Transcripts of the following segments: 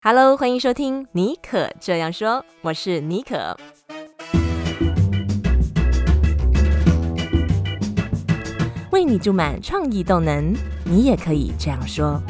Hello， 欢迎收听妮可这样说，我是妮可。为你注满创意动能，你也可以这样说。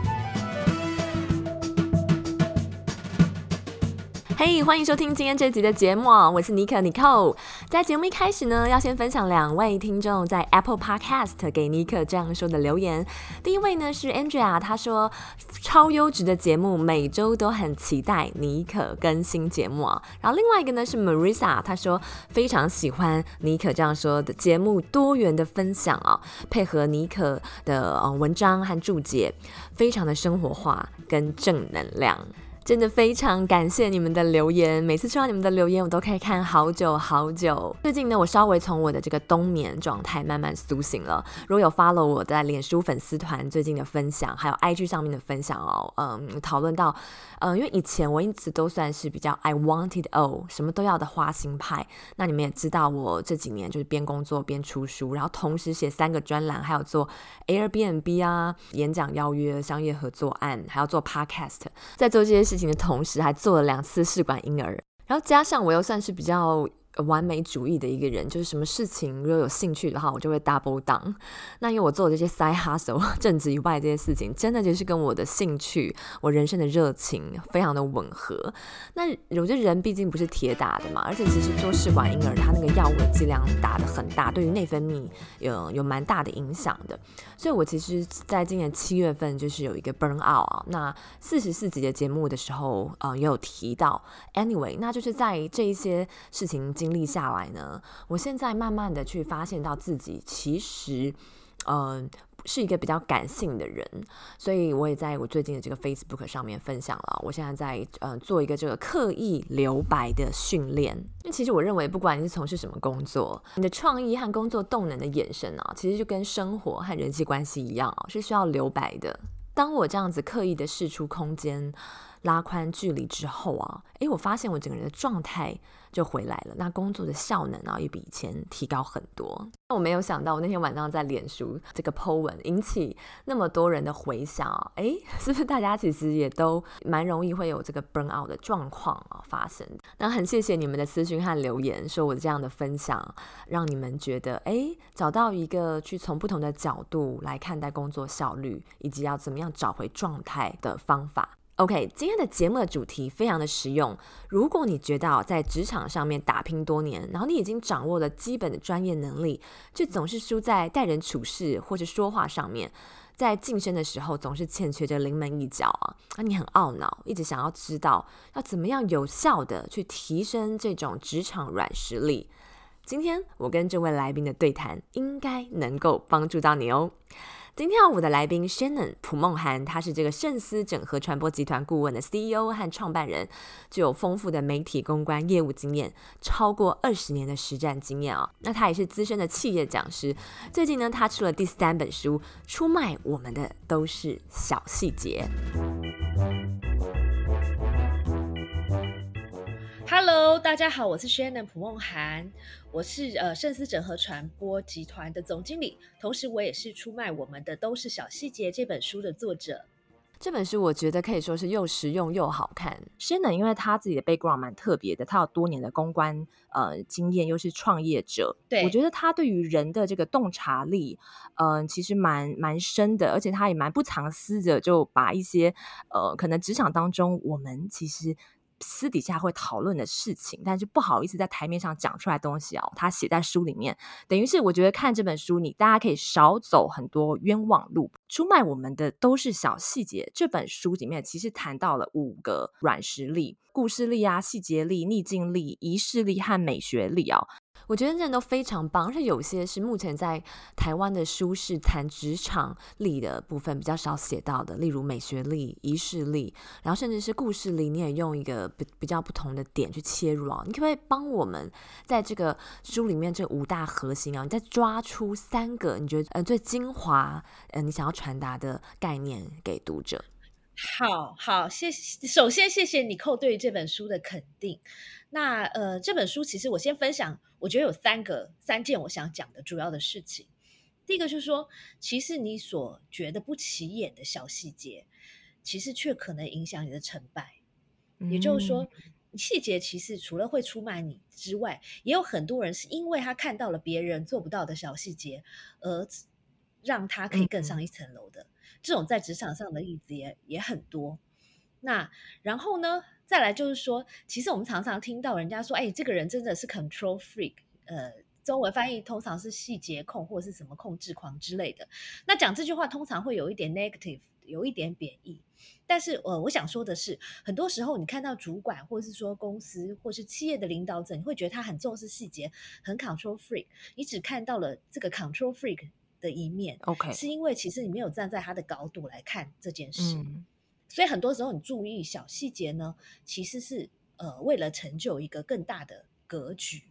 嘿，欢迎收听今天这集的节目，我是妮可 Nicole。在节目一开始呢，要先分享2位听众在 Apple Podcast 给妮可这样说的留言。第一位呢是 Andrea， 她说超优质的节目，每周都很期待妮可更新节目啊。然后另外一个呢是 Marissa， 她说非常喜欢妮可这样说的节目多元的分享啊，配合妮可的文章和注解，非常的生活化跟正能量。真的非常感谢你们的留言，每次收到你们的留言我都可以看好久好久。最近呢，我稍微从我的这个冬眠状态慢慢苏醒了。如果有 follow 我在脸书粉丝团最近的分享，还有 IG 上面的分享讨论到因为以前我一直都算是比较 I want it all 什么都要的花心派。那你们也知道我这几年就是边工作边出书，然后同时写3个专栏，还有做 Airbnb 啊、演讲邀约、商业合作案，还要做 podcast。在做这些事情的同时，还做了2次试管婴儿，然后加上我又算是比较完美主义的一个人，就是什么事情如果有兴趣的话，我就会 double down。那因为我做的这些 side hustle 正职以外这些事情，真的就是跟我的兴趣、我人生的热情非常的吻合。那我觉得人毕竟不是铁打的嘛，而且其实做试管婴儿，它那个药物的剂量打得很大，对于内分泌有蛮大的影响的。所以我其实在今年7月份就是有一个 burn out 啊，那44集的节目的时候也有提到。Anyway， 那就是在这一些事情经历下来呢，我现在慢慢的去发现到自己其实是一个比较感性的人，所以我也在我最近的这个 Facebook 上面分享了，我现在在做一个这个刻意留白的训练。因为其实我认为不管你是从事什么工作，你的创意和工作动能的衍生啊，其实就跟生活和人际关系一样啊，是需要留白的。当我这样子刻意的释出空间，拉宽距离之后啊，我发现我整个人的状态就回来了，那工作的效能啊也比以前提高很多。我没有想到我那天晚上在脸书这个 po 文引起那么多人的回响啊，是不是大家其实也都蛮容易会有这个 burn out 的状况啊发生？那很谢谢你们的私讯和留言，说我这样的分享让你们觉得找到一个去从不同的角度来看待工作效率，以及要怎么样找回状态的方法。OK， 今天的节目的主题非常的实用。如果你觉得在职场上面打拼多年，然后你已经掌握了基本的专业能力，却总是输在待人处事或者说话上面，在晋升的时候总是欠缺着临门一脚啊，你很懊恼，一直想要知道要怎么样有效的去提升这种职场软实力。今天我跟这位来宾的对谈应该能够帮助到你哦。今天我的来宾 Shannon 朴梦涵，他是这个盛思整合传播集团顾问的 CEO 和创办人，具有丰富的媒体公关业务经验，超过20年的实战经验啊。那他也是资深的企业讲师。最近呢，他出了第3本书，出卖我们的都是小细节。 Hello， 大家好，我是 Shannon 朴梦涵，我是盛思整合传播集团的总经理，同时我也是出卖我们的都是小细节这本书的作者。 这本书我觉得可以说是又实用又好看。Shannon 因为他自己的 background 蛮特别的，他有多年的公关经验，又是创业者。 对， 我觉得他对于人的这个洞察力其实蛮深的，而且他也蛮不藏私的，就把一些可能职场当中我们其实私底下会讨论的事情，但是不好意思在台面上讲出来的东西哦，他写在书里面，等于是我觉得看这本书大家可以少走很多冤枉路。出卖我们的都是小细节，这本书里面其实谈到了5个软实力：故事力啊、细节力、逆境力、仪式力和美学力啊。我觉得这人都非常棒，而且有些是目前在台湾的书是谈职场力的部分比较少写到的，例如美学力、仪式力，然后甚至是故事力，你也用一个比较不同的点去切入啊。你可不可以帮我们在这个书里面这5大核心啊，你再抓出3个你觉得最精华你想要传达的概念给读者？ 好，首先谢谢Nicole对于这本书的肯定。那这本书其实我先分享，我觉得有3件我想讲的主要的事情。第一个就是说，其实你所觉得不起眼的小细节， 其实却可能影响你的成败。也就是嗯， 说，细节其实除了会出卖你之外，也有很多人是因为他看到了别人做不到的小细节，而让他可以更上一层楼的。这种在职场上的例子也很多。那然后呢，再来就是说，其实我们常常听到人家说，哎，这个人真的是 control freak，中文翻译通常是细节控或是什么控制狂之类的。那讲这句话通常会有一点 negative，有一点贬义。但是我想说的是，很多时候你看到主管或是说公司或是企业的领导者，你会觉得他很重视细节，很 control freak，你只看到了这个 control freak 的一面， OK， 是因为其实你没有站在他的高度来看这件事。 嗯， 所以很多时候你注意小细节呢，其实是为了成就一个更大的格局。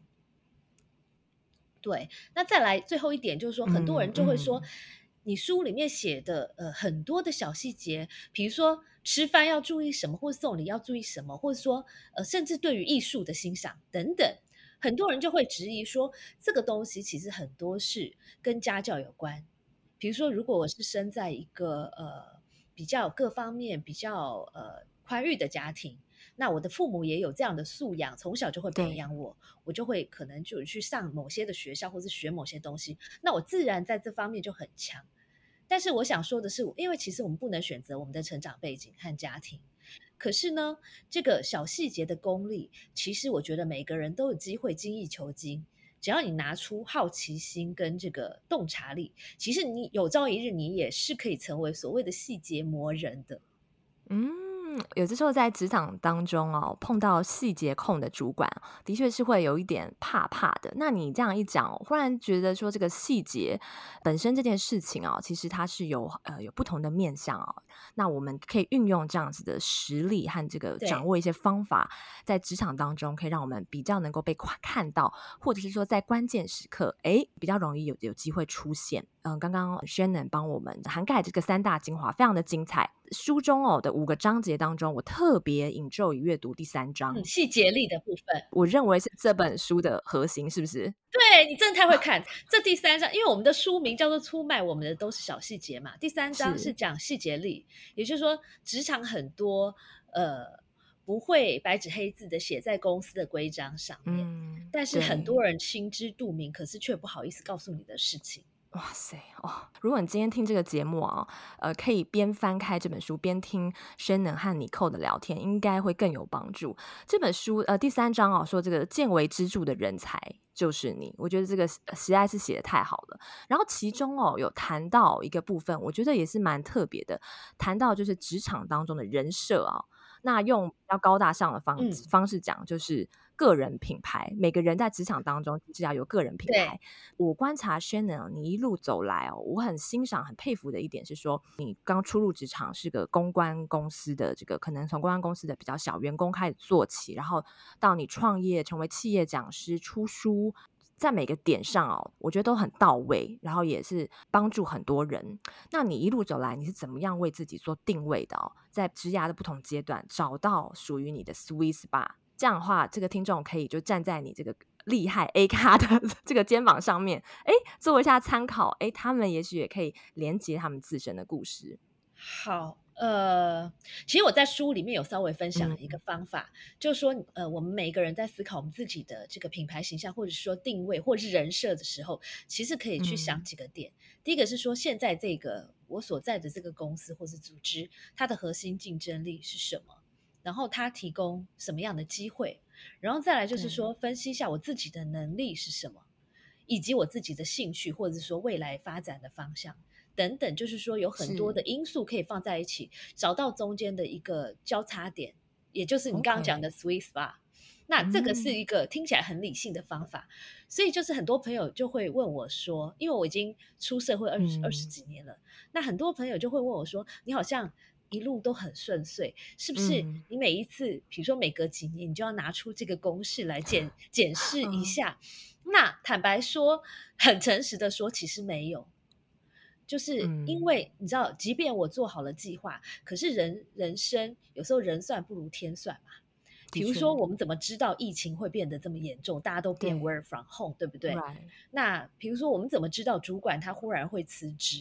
对，那再来最后一点就是说，很多人就会说，你书里面写的很多的小细节，比如说吃饭要注意什么，或送礼要注意什么，或者说甚至对于艺术的欣赏等等，很多人就会质疑说，这个东西其实很多是跟家教有关。比如说，如果我是生在一个比较各方面比较宽裕的家庭，那我的父母也有这样的素养，从小就会培对， 养我，我就会可能就去上某些的学校，或是学某些东西，那我自然在这方面就很强。但是我想说的是，因为其实我们不能选择我们的成长背景和家庭，可是呢，这个小细节的功力，其实我觉得每个人都有机会精益求精。只要你拿出好奇心跟这个洞察力，其实你有朝一日你也是可以成为所谓的细节魔人的。 有的时候在职场当中哦，碰到细节控的主管，的确是会有一点怕怕的。那你这样一讲，忽然觉得说这个细节本身这件事情哦，其实它是有不同的面向哦。那我们可以运用这样子的实力和这个掌对， 握一些方法，在职场当中可以让我们比较能够被看到，或者是说在关键时刻，比较容易有机会出现。刚刚 Shannon 帮我们涵盖这个三大精华，非常的精彩。书中的5个章节当中，我特别enjoy阅读第3章， 细节力的部分。 我认为是这本书的核心，是不是？ 对，你真的太会看。这第三章，因为我们的书名叫做“出卖我们的都是小细节”嘛，第三章是是， 讲细节力，也就是说，职场很多不会白纸黑字的写在公司的规章上面，但是很对。 多人心知肚明，可是却不好意思告诉你的事情。 哇塞哦！如果你今天听这个节目啊，可以边翻开这本书边听 Shannon 和 Nicole 的聊天，应该会更有帮助。这本书第3章说这个见微知著的人才就是你，我觉得这个实在是写得太好了。然后其中有谈到一个部分，我觉得也是蛮特别的，谈到就是职场当中的人设那用比较高大上的嗯， 方式讲，就是个人品牌。每个人在职场当中其实要有个人品对， 牌。我观察 Shannon 你一路走来我很欣赏、很佩服的一点是说，你刚初入职场是个公关公司的这个，可能从公关公司的比较小员工开始做起，然后到你创业成为企业讲师、出书。在每个点上我觉得都很到位，然后也是帮助很多人。那你一路走来，你是怎么样为自己做定位的在职涯的不同阶段，找到属于你的 sweet spot。这样的话，这个听众可以就站在你这个厉害 A 咖的这个肩膀上面，做一下参考，他们也许也可以连接他们自身的故事。 好，其实我在书里面有稍微分享一嗯个方法，就是说，我们每一个人在思考我们自己的这个品牌形象，或者说定位，或者是人设的时候，其实可以去想嗯， 几个点。第一个是说，现在这个我所在的这个公司或是组织，它的核心竞争力是什么？然后它提供什么样的机会？然后再来就是对， 说，分析一下我自己的能力是什么，以及我自己的兴趣，或者是说未来发展的方向。等等，就是说有很多是的因素可以放在一起，找到中间的一个交叉点，也就是你刚刚讲的 OK， sweet spot。那这个是嗯一个听起来很理性的方法，所以就是很多朋友就会问我说，因为我已经出社会二十嗯几年了，那很多朋友就会问我说，你好像一路都很顺遂，是不是？ 嗯你每一次，比如说每隔几年，你就要拿出这个公式来检视一嗯下？那坦白说，很诚实的说，其实没有。就是因嗯， 为你知道，即便我做好了计划，可是人生有时候人算不如天算嘛。比如说， 的确， 我们怎么知道疫情会变得这么严重？大家都变对 work from home，对不对？ ，right， 那比如说，我们怎么知道主管他忽然会辞职，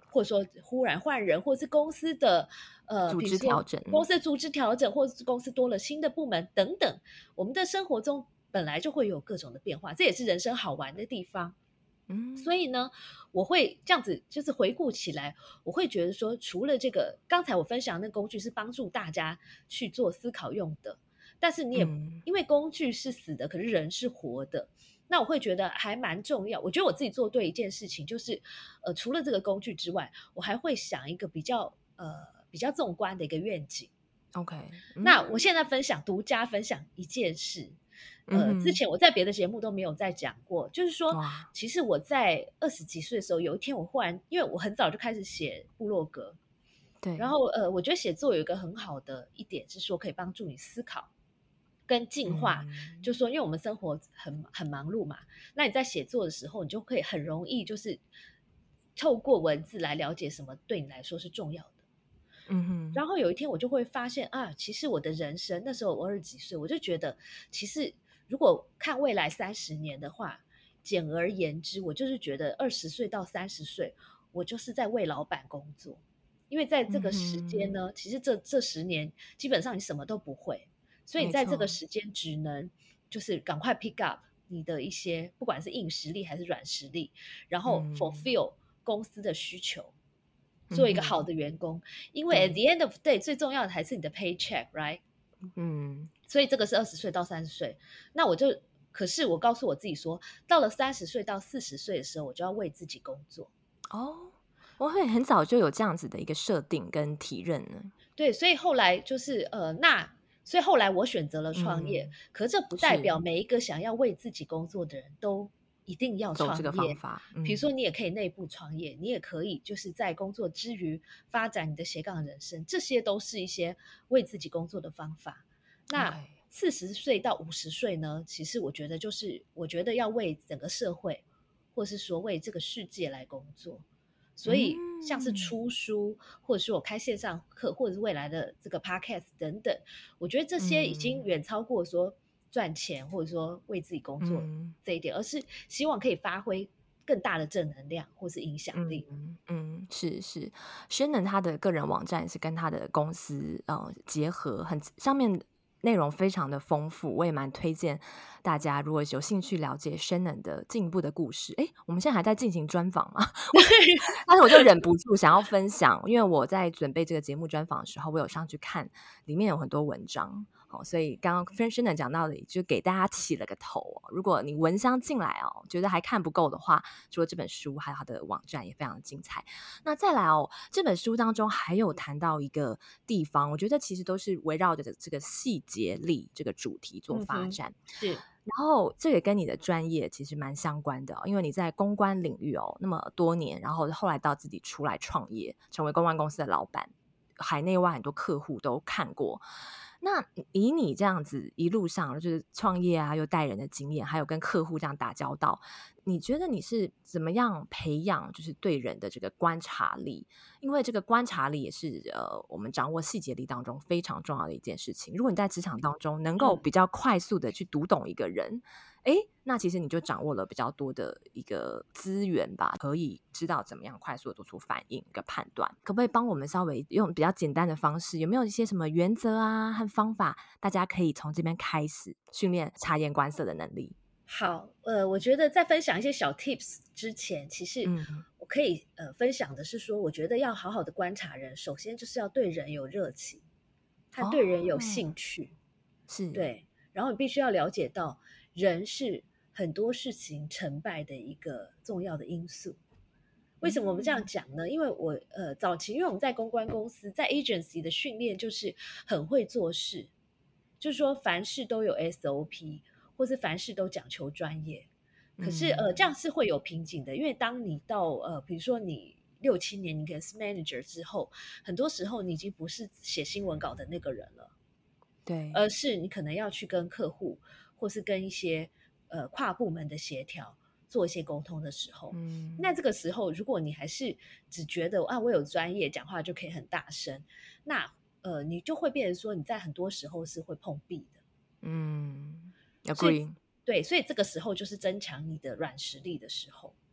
或者说忽然换人，或者是公司的组比如说织调整， 公司的组织调整，或者是公司多了新的部门等等，我们的生活中本来就会有各种的变化，这也是人生好玩的地方。所以呢，我会这样子，就是回顾起来，我会觉得说，除了这个，刚才我分享的那个工具是帮助大家去做思考用的，但是你也因为工具是死的，可是人是活的，那我会觉得还蛮重要。我觉得我自己做对一件事情，就是除了这个工具之外，我还会想一个比较纵观的一个愿景。 OK， 那我现在独家分享一件事，之前我在别的节目都没有再讲过，就是说， 哇， 其实我在20几岁的时候，有一天我忽然，因为我很早就开始写部落格，然对， 后我觉得写作有一个很好的一点是说，可以帮助你思考跟进化。就说，因为我们生活很忙碌嘛，那你在写作的时候，你就可以很容易就是透过文字来了解什么对你来说是重要的。然后有一天我就会发现啊，其实我的人生那时候我20几岁，我就觉得其实如果看未来30年的话，简而言之，我就是觉得20岁到30岁，我就是在为老板工作。因为在这个时间呢，其实这10年基本上你什么都不会，所以你在这个没错， 时间只能就是赶快 pick up 你的一些不管是硬实力还是软实力，然后 fulfill 公司的需求，做一个好的员工。因为 at 对， the end of the day 最重要的还是你的 paycheck，right？所以这个是20岁到30岁。那可是我告诉我自己说，到了30岁到40岁的时候，我就要为自己工作。 哦，我会很早就有这样子的一个设定跟体认呢， 对，所以后来就是所以后来我选择了创业。可是这不代是表每一个想要为自己工作的人都一定要走这个方创业。 法， 比如说，你也可以内部创业，你也可以就是在工作之余发展你的斜杠人生，这些都是一些为自己工作的方法。那 ，OK， 40岁到50岁呢，其实我觉得要为整个社会，或是说为这个世界来工作。所以像是嗯出书，或者是我开线上课，或者是未来的这个 podcast 等等，我觉得这些已经远超过说赚钱或者说为自己工作这一点，而是希望可以发挥更大的正能量或是影响力。 是，Shannon 他的个人网站是跟他的公司结合，上面内容非常的丰富，我也蛮推荐大家，如果有兴趣了解 Shannon 的进一步的故事，我们现在还在进行专访嘛，但是我就忍不住想要分享，因为我在准备这个节目专访的时候，我有上去看，里面有很多文章。好，所以刚刚 Shannon 讲到的，就给大家起了个头哦。如果你闻香进来哦，觉得还看不够的话，除了这本书，还有他的网站也非常的精彩。那再来哦，这本书当中还有谈到一个地方，我觉得其实都是围绕着这个细节力这个主题做发展。 是， 然后这也跟你的专业其实蛮相关的因为你在公关领域那么多年，然后后来到自己出来创业，成为公关公司的老板，海内外很多客户都看过。那以你这样子一路上就是创业啊，又带人的经验，还有跟客户这样打交道，你觉得你是怎么样培养就是对人的这个观察力？因为这个观察力也是我们掌握细节力当中非常重要的一件事情。如果你在职场当中能够比较快速的去读懂一个人，那其实你就掌握了比较多的一个资源吧，可以知道怎么样快速的做出反应一个判断。可不可以帮我们稍微用比较简单的方式，有没有一些什么原则啊和方法，大家可以从这边开始训练察言观色的能力？ 好，我觉得在分享一些小 tips 之前，其实我可以分享的是说，我觉得要好好的观察人，首先就是要对人有热情，和对人有哦， 兴趣。 是， 对，然后你必须要了解到，人是很多事情成败的一个重要的因素。为什么我们这样讲呢？因为早期因为我们在公关公司在 agency 的训练就是很会做事，就是说凡事都有 SOP，或是凡事都讲求专业。可是这样是会有瓶颈的，因为当你到比如说你6、7年你可能是 manager 之后，很多时候你已经不是写新闻稿的那个人了。 对， 而是你可能要去跟客户，或是跟一些跨部门的协调做一些沟通的时候，那这个时候如果你还是只觉得我有专业，讲话就可以很大声，那你就会变成说你在很多时候是会碰壁的。所以 agree， 对，所以这个时候就是增强你的软实力的时候。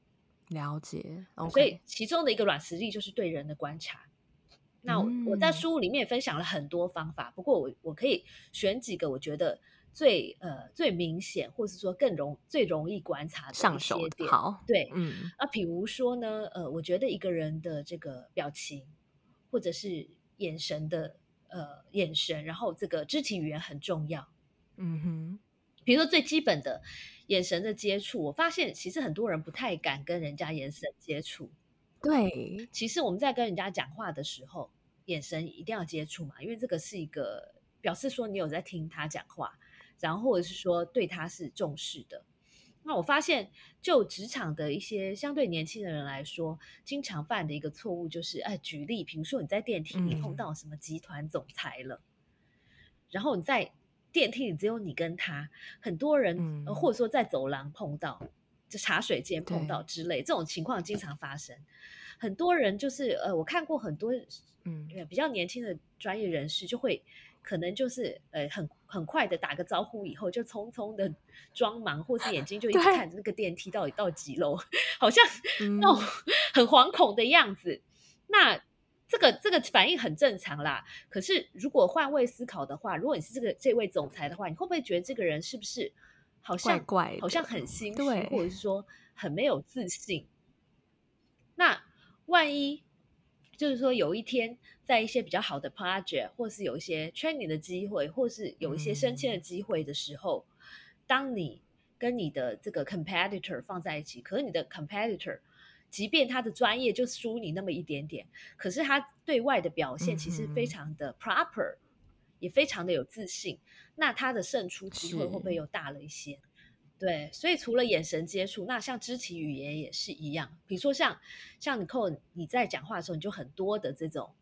了解所以 ，OK， 其中的一个软实力就是对人的观察。那我在嗯， 书里面分享了很多方法，不过我可以选几个我觉得最明显，或是说最容易观察的一上手的， 些点。 好， 对， 嗯比如说呢，我觉得一个人的这个表情，或者是眼神，然后这个肢体语言很重要。 嗯哼， 比如说最基本的眼神的接触，我发现其实很多人不太敢跟人家眼神接触。 对， 其实我们在跟人家讲话的时候，眼神一定要接触嘛，因为这个是一个表示说你有在听他讲话，然后或者是说对他是重视的。那我发现，就职场的一些相对年轻的人来说，经常犯的一个错误就是，举例，比如说你在电梯里碰嗯到什么集团总裁了，然后你在电梯里只有你跟他，很多人或嗯， 者说在走廊碰到，就茶水间碰到对， 之类，这种情况经常发生。很多人就是我看过很多嗯， 比较年轻的专业人士，就会可能就是很快的打个招呼以后，就匆匆的装忙，或是眼睛就一直对， 看着那个电梯到底到几楼，好像那种嗯， 很惶恐的样子。那这个反应很正常啦。可是如果换位思考的话，如果你是这位总裁的话，你会不会觉得这个人是不是好怪像怪的， 很心虚， 对， 或者是说很没有自信？那万一就是说有一天在一些比较好的 project，或是有一些 training 的机会，或是有一些升迁的嗯， 机会的时候，当你跟你的这个 competitor 放在一起，可是你的 competitor 即便他的专业就输你那么一点点，可是他对外的表现嗯其实非哼， 常的 proper，也非常的有自信，那他的胜出机会会不会是， 又大了一些？对，所以除了眼神接触，那像肢体语言也是一样。比如说像你在讲话的时候，你就很多的这种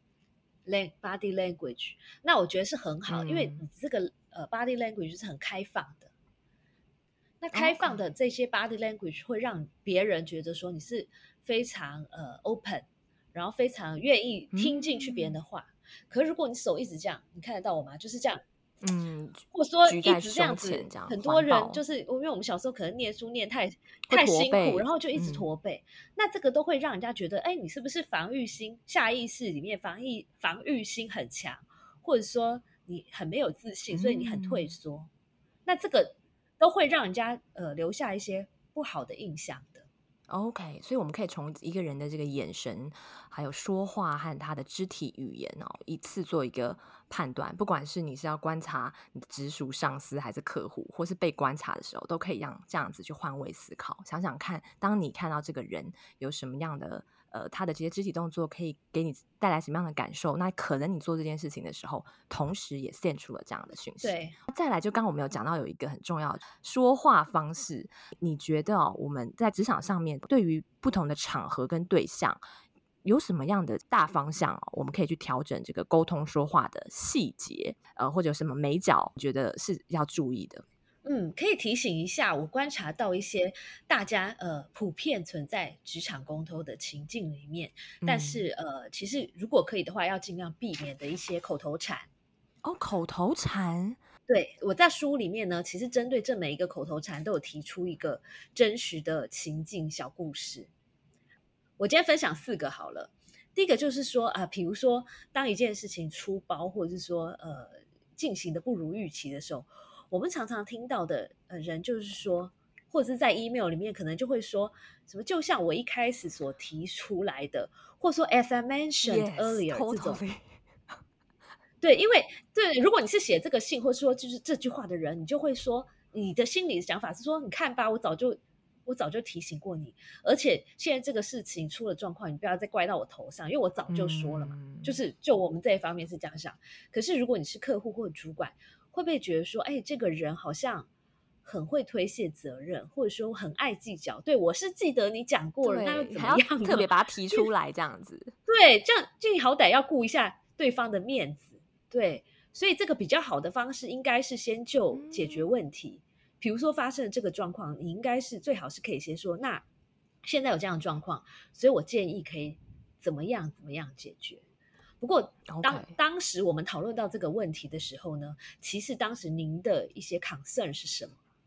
body language，那我觉得是很好，因为嗯你这个body language 是很开放的。那开放的 ，OK， 这些 body language 会让别人觉得说你是非常open，然后非常愿意听进去别人嗯的话。可是如果你手一直这样，你看得到我吗？就是这样， 嗯， 或者说举在一直这样胸前子， 这样很多环抱， 人就是因为我们小时候可能念书念会太辛苦， 驼背， 然后就一直嗯驼背，那这个都会让人家觉得，哎，你是不是防御心下意识里面防御心很强，或者说你很没有自信，所以你很退嗯。 缩，那这个都会让人家留下一些不好的印象的。 OK，所以我们可以从一个人的这个眼神，还有说话和他的肢体语言哦，一次做一个判断。不管是你是要观察你的直属上司，还是客户，或是被观察的时候，都可以让这样子去换位思考，想想看，当你看到这个人有什么样的他的这些肢体动作可以给你带来什么样的感受，那可能你做这件事情的时候，同时也献出了这样的讯息。 对， 再来，就刚刚我们有讲到有一个很重要的说话方式，你觉得哦，我们在职场上面对于不同的场合跟对象，有什么样的大方向哦，我们可以去调整这个沟通说话的细节，或者有什么美角，觉得是要注意的？ 可以提醒一下，我观察到一些大家普遍存在职场沟通的情境里面，但嗯， 是其实如果可以的话，要尽量避免的一些口头禅。 哦，口头禅， 对，我在书里面呢，其实针对这每一个口头禅都有提出一个真实的情境小故事。我今天分享4个好了。第一个就是说比如说当一件事情出包，或者是说进行的不如预期的时候，我们常常听到的人就是说，或者是在 email 里面可能就会说什么，就像我一开始所提出来的，或者说 as I mentioned Yes, earlier 这种。 totally。 对，因为对，如果你是写这个信，或者说就是这句话的人，你就会说，你的心里的想法是说，你看吧，我早就提醒过你，而且现在这个事情出了状况，你不要再怪到我头上，因为我早就说了嘛。 嗯， 就我们这一方面是这样想，可是如果你是客户或者主管，会不会觉得说，哎，这个人好像很会推卸责任，或者说很爱计较？对，我是记得你讲过了，那又对， 怎么还要样呢？ 特别把它提出来，这样子。 对，这样就你好歹要顾一下对方的面子。对，所以这个比较好的方式应该是先就解决嗯， 问题。比如说发生了这个状况，你应该是最好是可以先说，那现在有这样的状况，所以我建议可以怎么样解决。不过 OK， 当时我们讨论到这个问题的时候呢，其实当时您的一些 concern 是什么？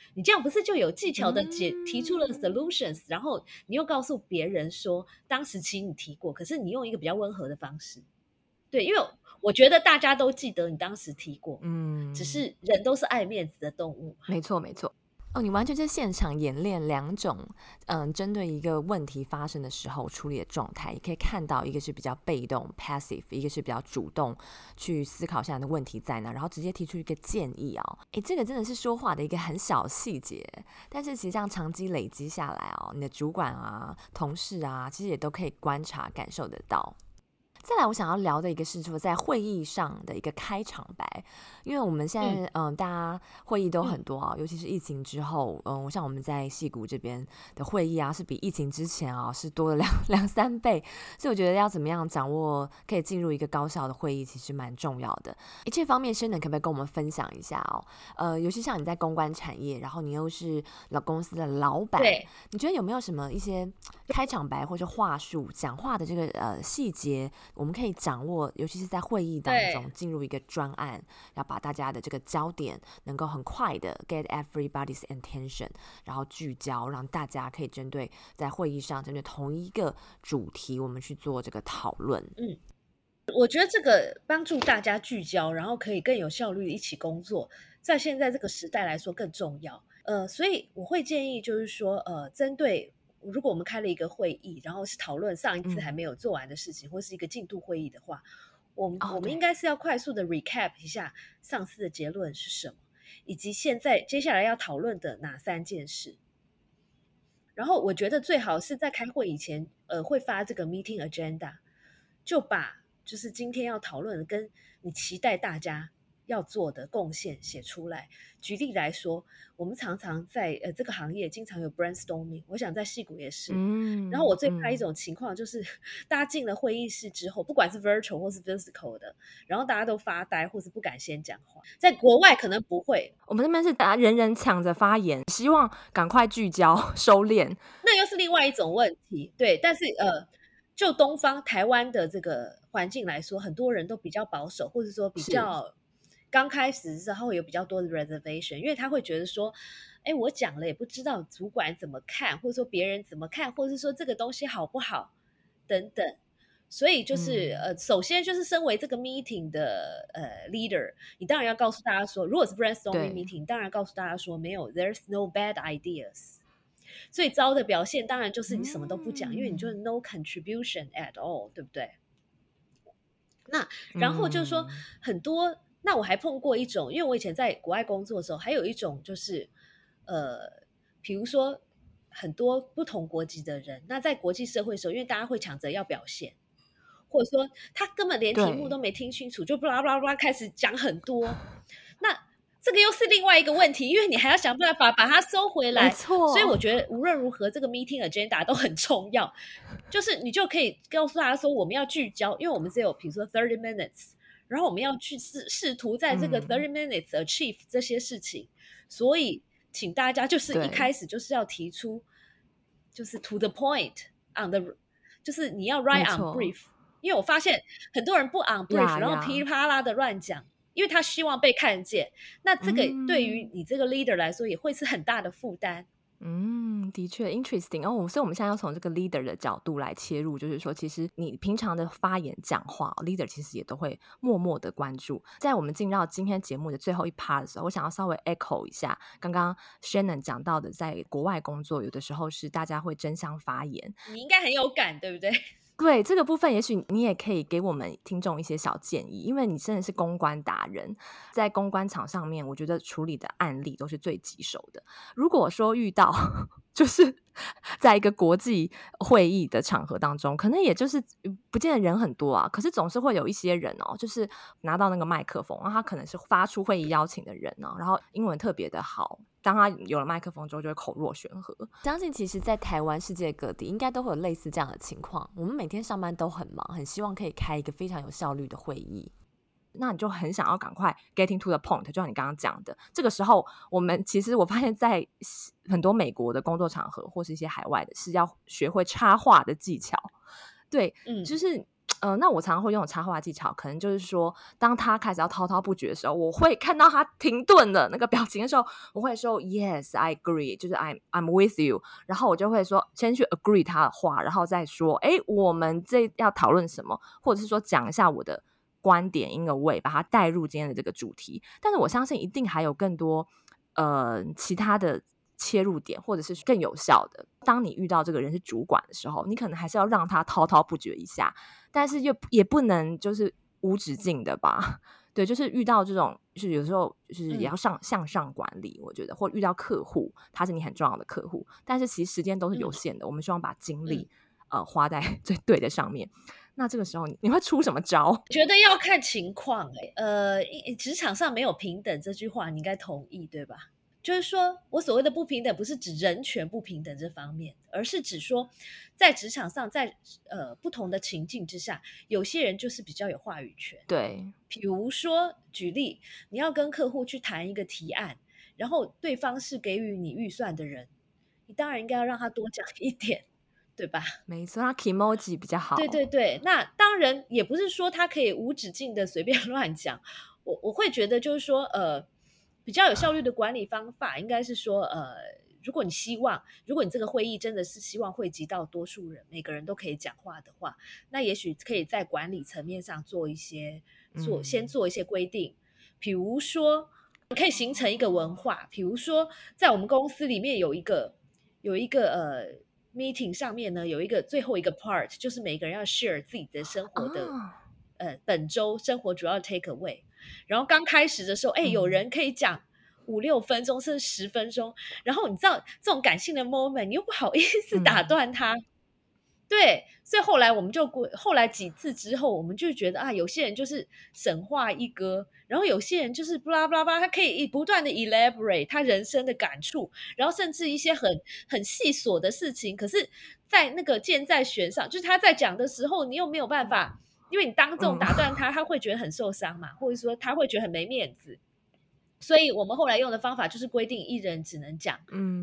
你这样不是就有技巧的提出了 solutions，然后你又告诉别人说当时其实你提过，可是你用一个比较温和的方式。对，因为我觉得大家都记得你当时提过，只是人都是爱面子的动物嘛。 没错没错。哦，你完全是现场演练两种，针对一个问题发生的时候处理的状态，也可以看到一个是比较被动 passive， 一个是比较主动去思考现在的问题在哪，然后直接提出一个建议哦。这个真的是说话的一个很小细节，但是其实这样长期累积下来哦，你的主管啊、同事啊，其实也都可以观察、感受得到。再来我想要聊的一个是说在会议上的一个开场白，因为我们现在大家会议都很多啊，尤其是疫情之后，像我们在矽谷这边的会议啊，是比疫情之前啊是多了两三倍，所以我觉得要怎么样掌握可以进入一个高效的会议，其实蛮重要的。这方面Shannon可不可以跟我们分享一下哦？尤其像你在公关产业，然后你又是老公司的老板，你觉得有没有什么一些开场白或者话术、讲话的这个细节？我们可以掌握，尤其是在会议当中进入一个专案，要把大家的这个焦点能够很快的 get everybody's attention， 然后聚焦，让大家可以针对在会议上针对同一个主题，我们去做这个讨论。 我觉得这个帮助大家聚焦，然后可以更有效率的一起工作，在现在这个时代来说更重要。所以我会建议就是说，针对如果我们开了一个会议，然后是讨论上一次还没有做完的事情，或是一个进度会议的话，我们应该是要快速的 recap 一下上次的结论是什么，以及接下来要讨论的哪3件事。然后我觉得最好是在开会以前，会发这个 meeting agenda， 就把就是今天要讨论的跟你期待大家要做的贡献写出来。举例来说，我们常常在这个行业经常有 brainstorming， 我想在矽谷也是。然后我最怕一种情况就是大家进了会议室之后，不管是 virtual 或是 physical 的，然后大家都发呆或是不敢先讲话。在国外可能不会， 我们这边是大家人人抢着发言，希望赶快聚焦收敛， 那又是另外一种问题。对，但是就东方台湾的这个环境来说，很多人都比较保守，或者说比较刚开始的时候有比较多的 reservation， 因为他会觉得说，我讲了也不知道主管怎么看，或者说别人怎么看，或者是说这个东西好不好等等。所以就是首先就是身为这个 meeting 的leader， 你当然要告诉大家说，如果是 brainstorming meeting， 当然告诉大家说没有 there's no bad ideas。最糟的表现当然就是你什么都不讲，因为你就是 no contribution at all， 对不对？那然后就是说很多，那我还碰过一种，因为我以前在国外工作的时候，还有一种就是比如说很多不同国籍的人，那在国际社会的时候，因为大家会抢着要表现，或者说他根本连题目都没听清楚，就巴拉巴拉巴拉开始讲很多，那这个又是另外一个问题，因为你还要想办法把它收回来。 没错， 所以我觉得无论如何，这个 meeting agenda 都很重要。就是你就可以告诉大家说，我们要聚焦，因为我们只有比如说30 minutes， 然后我们要去试图在这个30 minutes achieve 这些事情。所以请大家就是一开始就是要提出，就是 to the point on the， 就是你要 write on brief。因为我发现很多人不 on brief， 然后噼里啪啦的乱讲。因为他希望被看见，那这个对于你这个 leader 来说也会是很大的负担。 的确 interesting 所以我们现在要从这个 leader 的角度来切入，就是说其实你平常的发言讲话 leader 其实也都会默默的关注。在我们进到今天节目的最后一 part 的时候，我想要稍微 echo 一下刚刚 Shannon 讲到的，在国外工作有的时候是大家会争相发言， 你应该很有感，对不对？ 对，这个部分也许你也可以给我们听众一些小建议，因为你真的是公关达人，在公关场上面我觉得处理的案例都是最棘手的。如果说遇到就是在一个国际会议的场合当中，可能也就是不见得人很多啊，可是总是会有一些人就是拿到那个麦克风，然后他可能是发出会议邀请的人然后英文特别的好，当他有了麦克风之后就会口若悬河。 相信其实在台湾世界各地应该都会有类似这样的情况，我们每天上班都很忙，很希望可以开一个非常有效率的会议， 那你就很想要赶快 getting to the point， 就像你刚刚讲的，这个时候我发现在很多美国的工作场合或是一些海外的是要学会插话的技巧。对，就是那我常常会用插话技巧，可能就是说，当他开始要滔滔不绝的时候，我会看到他停顿的那个表情的时候，我会说 Yes, I agree， 就是 I'm with you， 然后我就会说先去 agree 他的话，然后再说，我们这要讨论什么，或者是说讲一下我的观点 in a way， 把它带入今天的这个主题。但是我相信一定还有更多其他的切入点，或者是更有效的。当你遇到这个人是主管的时候，你可能还是要让他滔滔不绝一下，但是也不能就是无止境的吧。对，就是遇到这种，就是有时候就是也要向上管理，我觉得，或遇到客户，他是你很重要的客户，但是其实时间都是有限的，我们希望把精力花在最对的上面。那这个时候你会出什么招？ 觉得要看情况职场上没有平等这句话，你应该同意对吧？就是说我所谓的不平等，不是指人权不平等这方面，而是指说在职场上，在不同的情境之下，有些人就是比较有话语权。 对， 比如说举例，你要跟客户去谈一个提案，然后对方是给予你预算的人，你当然应该要让他多讲一点，对吧？ 没错，他 Kimoji 比较好。 对对对，那当然也不是说他可以无止境的随便乱讲，我会觉得就是说比较有效率的管理方法应该是说如果你这个会议真的是希望汇集到多数人，每个人都可以讲话的话，那也许可以在管理层面上先做一些规定，比如说可以形成一个文化，比如说在我们公司里面有一个meeting 上面呢，有一个最后一个 part， 就是每个人要 share 自己的生活的本周生活主要 take away。然后刚开始的时候，有人可以讲5-6分钟甚至10分钟，然后你知道这种感性的 moment， 你又不好意思打断他。对，所以后来几次之后，我们就觉得有些人就是神话一哥，然后有些人就是布拉布拉巴拉，他可以不断的 elaborate 他人生的感触，然后甚至一些很细琐的事情，可是在那个箭在弦上，就是他在讲的时候，你又没有办法，因为你当众打断他，他会觉得很受伤嘛，或者说他会觉得很没面子。所以我们后来用的方法就是规定一人只能讲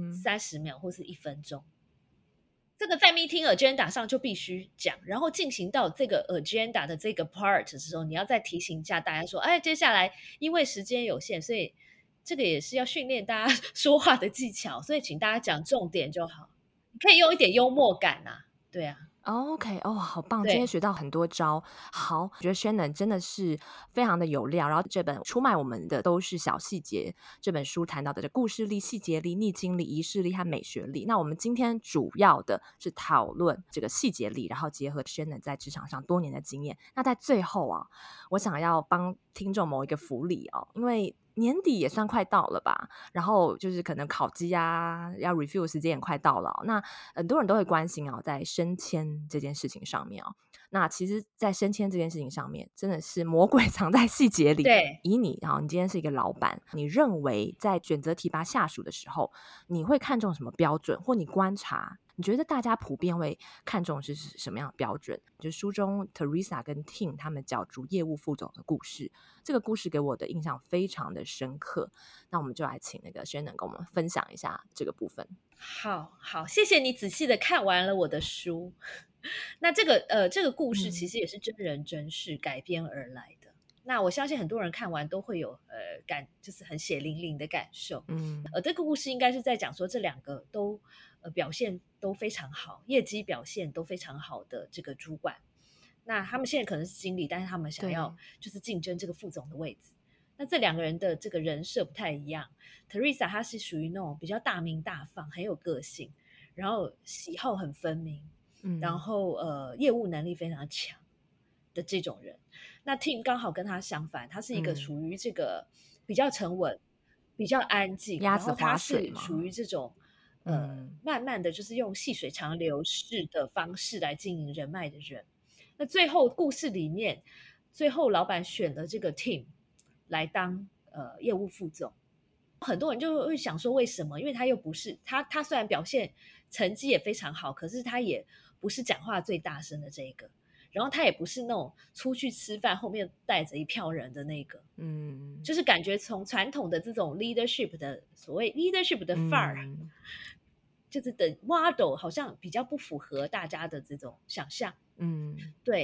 30秒或是1分钟。这个在 meeting agenda 上就必须讲，然后进行到这个 agenda 的这个 part 的时候，你要再提醒一下大家说，接下来因为时间有限，所以这个也是要训练大家说话的技巧，所以请大家讲重点就好。你可以用一点幽默感啊，对啊。 OK， 好棒！今天学到很多招。好，我觉得 Shannon 真的是非常的有料。然后这本出卖我们的都是小细节，这本书谈到的故事力、细节力、逆境力、仪式力和美学力。那我们今天主要的是讨论这个细节力，然后结合 Shannon 在职场上多年的经验。那在最后我想要帮听众谋一个福利因为年底也算快到了吧，然后就是可能考绩要 review 的时间也快到了那很多人都会关心在升迁这件事情上面那其实在升迁这件事情上面真的是魔鬼藏在细节里。 对， 以你今天是一个老板，你认为在选择提拔下属的时候，你会看重什么标准，或你观察你觉得大家普遍会看重是什么样的标准？就是书中 Teresa 跟 Tim 他们角逐业务副总的故事，这个故事给我的印象非常的深刻。那我们就来请那个 Shannon 跟我们分享一下这个部分。 好，谢谢你仔细的看完了我的书。那这个故事其实也是真人真事改编而来的。那我相信很多人看完都会有就是很血淋淋的感受。这个故事应该是在讲说这两个都表现都非常好，业绩表现都非常好的这个主管。那他们现在可能是经理，但是他们想要就是竞争这个副总的位置。那这两个人的这个人设不太一样。Teresa 她是属于那种比较大名大放，很有个性，然后喜好很分明，然后业务能力非常强的这种人。那 Tim 刚好跟他相反，他是一个属于这个比较沉稳、比较安静， 鸭子划水然后他是属于这种慢慢的就是用细水长流式的方式来经营人脉的人。那最后故事里面，最后老板选了这个 Tim 来当业务副总。很多人就会想说为什么？因为他又不是他虽然表现成绩也非常好，可是他也不是讲话最大声的这个，然后他也不是那种出去吃饭后面带着一票人的那个，就是感觉从传统的这种 leadership 的所谓 leadership 的范儿，就是的 model 好像比较不符合大家的这种想象。对。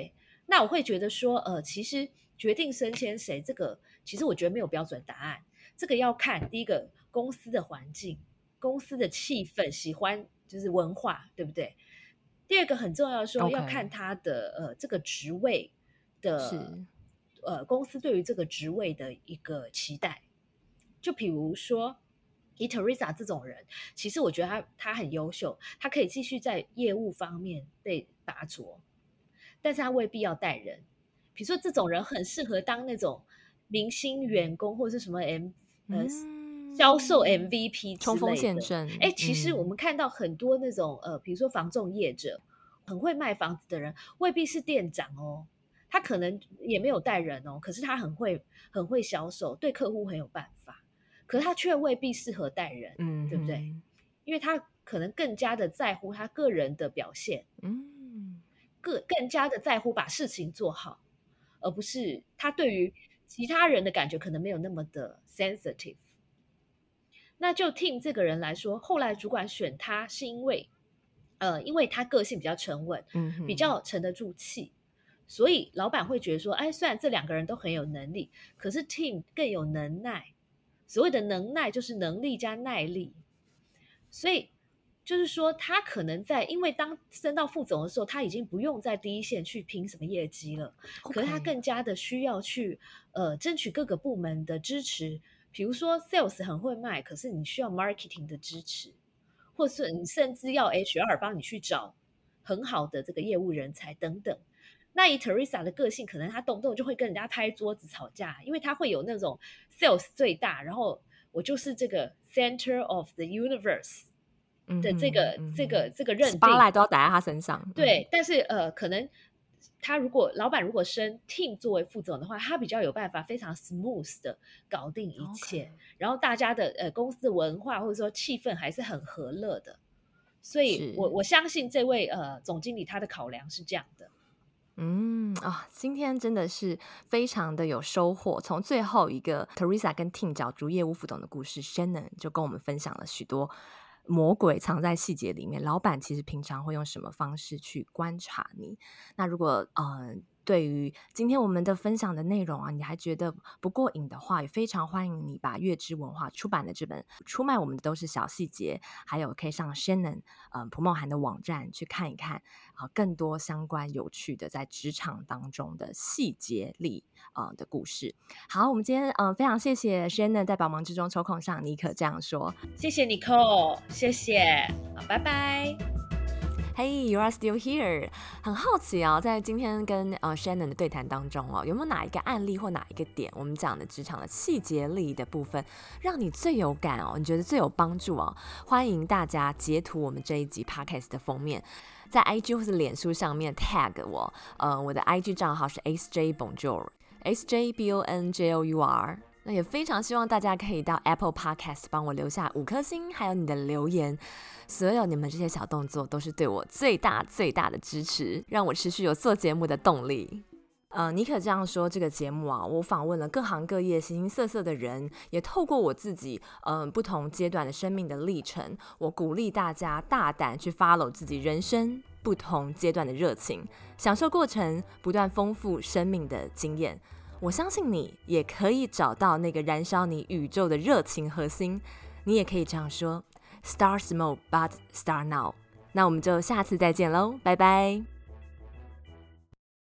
那我会觉得说，其实决定升迁谁，这个其实我觉得没有标准答案，这个要看第一个公司的环境、公司的气氛、喜欢就是文化，对不对？第二个很重要的说，要看 OK， 他的这个职位的是公司对于这个职位的一个期待。就比如说，以 Teresa 这种人，其实我觉得他很优秀，他可以继续在业务方面被拔擢，但是他未必要带人。比如说，这种人很适合当那种明星员工，或者是什么销售 MVP 之冲锋类的。 陷阵， 其实我们看到很多那种比如说房仲业者，很会卖房子的人，未必是店长哦，他可能也没有带人哦，可是他很会销售，对客户很有办法，可是他却未必适合带人，对不对？因为他可能更加的在乎他个人的表现，更加的在乎把事情做好，而不是他对于其他人的感觉可能没有那么的 sensitive。那就 Tim 这个人来说，后来主管选他是因为他个性比较沉稳，比较沉得住气，所以老板会觉得说，哎，虽然这两个人都很有能力，可是 Tim 更有能耐。所谓的能耐就是能力加耐力，所以就是说他可能因为当升到副总的时候，他已经不用在第一线去拼什么业绩了，可是他更加的需要去争取各个部门的支持。比如说 sales 很会卖，可是你需要 marketing 的支持，或是你甚至要 HR 帮你去找很好的这个业务人才等等。那以 Teresa 的个性，可能她动不动就会跟人家拍桌子吵架，因为她会有那种 sales 最大，然后我就是这个 center of the universe 的这个认定 ，spotlight 都要打在他身上。 对，但是可能老板如果升 Tim 作为副总的话，他比较有办法非常 smooth 的搞定一切，然后大家的公司的文化或者说气氛还是很和乐的，所以我相信这位总经理他的考量是这样的。 今天真的是非常的有收获。从最后一个 Teresa 跟 Tim 角逐业务副总的故事， Shannon 就跟我们分享了许多魔鬼藏在细节里面，老板其实平常会用什么方式去观察你。那如果对于今天我们的分享的内容啊，你还觉得不过瘾的话，也非常欢迎你把月之文化出版的这本出卖我们的都是小细节，还有可以上 Shannon 蒲梦涵的网站去看一看更多相关有趣的在职场当中的细节里的故事。好，我们今天非常谢谢 Shannon 在百忙之中抽空上尼可这样说。 谢谢 Nicole， 谢谢，好，拜拜。 Hey, you are still here。 很好奇啊，在今天跟Shannon 的对谈当中有没有哪一个案例或哪一个点，我们讲的职场的细节力的部分，让你最有感你觉得最有帮助欢迎大家截图我们这一集 Podcast 的封面，在 IG 或是脸书上面 tag 我，我的 IG 账号是 sjbonjour sjbonjour。那也非常希望大家可以到 Apple Podcast 帮我留下5颗星，还有你的留言。所有你们这些小动作都是对我最大最大的支持，让我持续有做节目的动力。尼可这样说，这个节目我访问了各行各业形形色色的人，也透过我自己不同阶段的生命的历程，我鼓励大家大胆去 follow 自己人生不同阶段的热情，享受过程，不断丰富生命的经验。我相信你也可以找到那个燃烧你宇宙的热情核心。你也可以这样说 Start small but start now。 那我们就下次再见咯，拜拜。